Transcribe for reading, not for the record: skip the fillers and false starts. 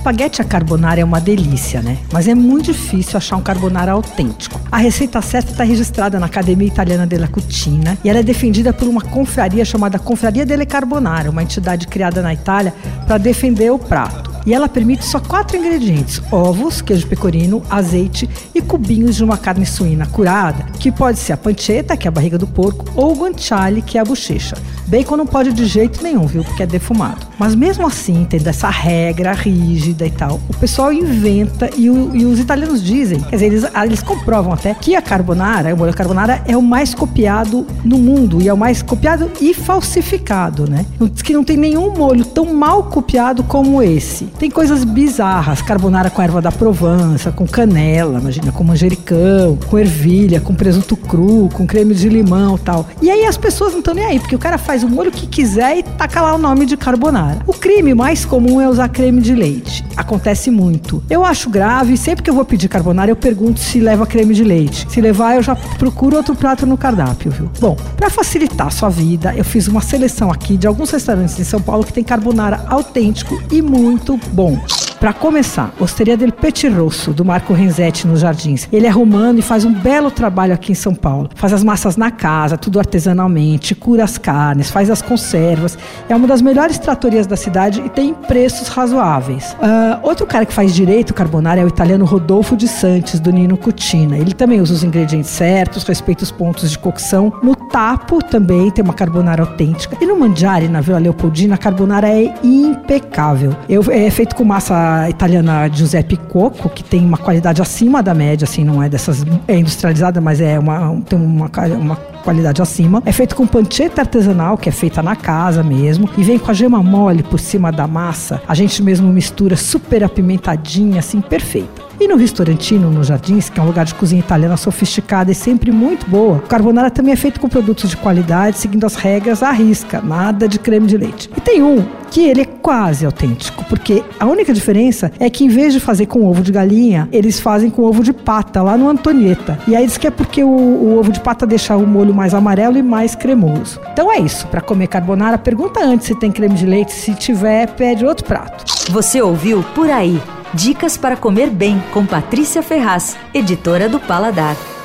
Espaguete à carbonara é uma delícia, né? Mas é muito difícil achar um carbonara autêntico. A receita certa está registrada na Academia Italiana della Cucina e ela é defendida por uma confraria chamada Confraria delle Carbonara, uma entidade criada na Itália para defender o prato. E ela permite só 4 ingredientes: ovos, queijo pecorino, azeite e cubinhos de uma carne suína curada, que pode ser a pancetta, que é a barriga do porco, ou o guanciale, que é a bochecha. Bacon não pode de jeito nenhum, viu? Porque é defumado. Mas mesmo assim, tendo essa regra rígida e tal, o pessoal inventa e os italianos dizem, quer dizer, eles comprovam até que a carbonara, o molho carbonara é o mais copiado no mundo e é o mais copiado e falsificado, né? Diz que não tem nenhum molho tão mal copiado como esse. Tem coisas bizarras, carbonara com erva da Provença, com canela, imagina, com manjericão, com ervilha, com presunto cru, com creme de limão e tal. E aí as pessoas não estão nem aí, porque o cara faz o molho que quiser e taca lá o nome de carbonara. O crime mais comum é usar creme de leite. Acontece muito. Eu acho grave, sempre que eu vou pedir carbonara, eu pergunto se leva creme de leite. Se levar, eu já procuro outro prato no cardápio, viu? Bom, para facilitar a sua vida, eu fiz uma seleção aqui de alguns restaurantes em São Paulo que tem carbonara autêntico e muito bom. Para começar, Osteria del Petit Rosso, do Marco Renzetti, nos Jardins. Ele é romano e faz um belo trabalho aqui em São Paulo. Faz as massas na casa, tudo artesanalmente, cura as carnes, faz as conservas. É uma das melhores tratorias da cidade e tem preços razoáveis. Outro cara que faz direito carbonara é o italiano Rodolfo de Santis, do Nino Cucina. Ele também usa os ingredientes certos, respeita os pontos de cocção. No Tapo também tem uma carbonara autêntica. E no Mangiare, na Vila Leopoldina, a carbonara é impecável. É feito com massa italiana Giuseppe Cocco, que tem uma qualidade acima da média, assim, não é dessas, é industrializada, mas tem uma qualidade acima. É feito com pancetta artesanal, que é feita na casa mesmo, e vem com a gema mole por cima da massa. A gente mesmo mistura super apimentadinha, assim, perfeita. E no Ristorantino, nos Jardins, que é um lugar de cozinha italiana sofisticada e sempre muito boa, o carbonara também é feito com produtos de qualidade, seguindo as regras à risca, nada de creme de leite. E tem um que ele é quase autêntico, porque a única diferença é que em vez de fazer com ovo de galinha, eles fazem com ovo de pata, lá no Antonietta. E aí diz que é porque o ovo de pata deixa o molho mais amarelo e mais cremoso. Então é isso, para comer carbonara, pergunta antes se tem creme de leite, se tiver, pede outro prato. Você ouviu Por Aí. Dicas para comer bem com Patrícia Ferraz, editora do Paladar.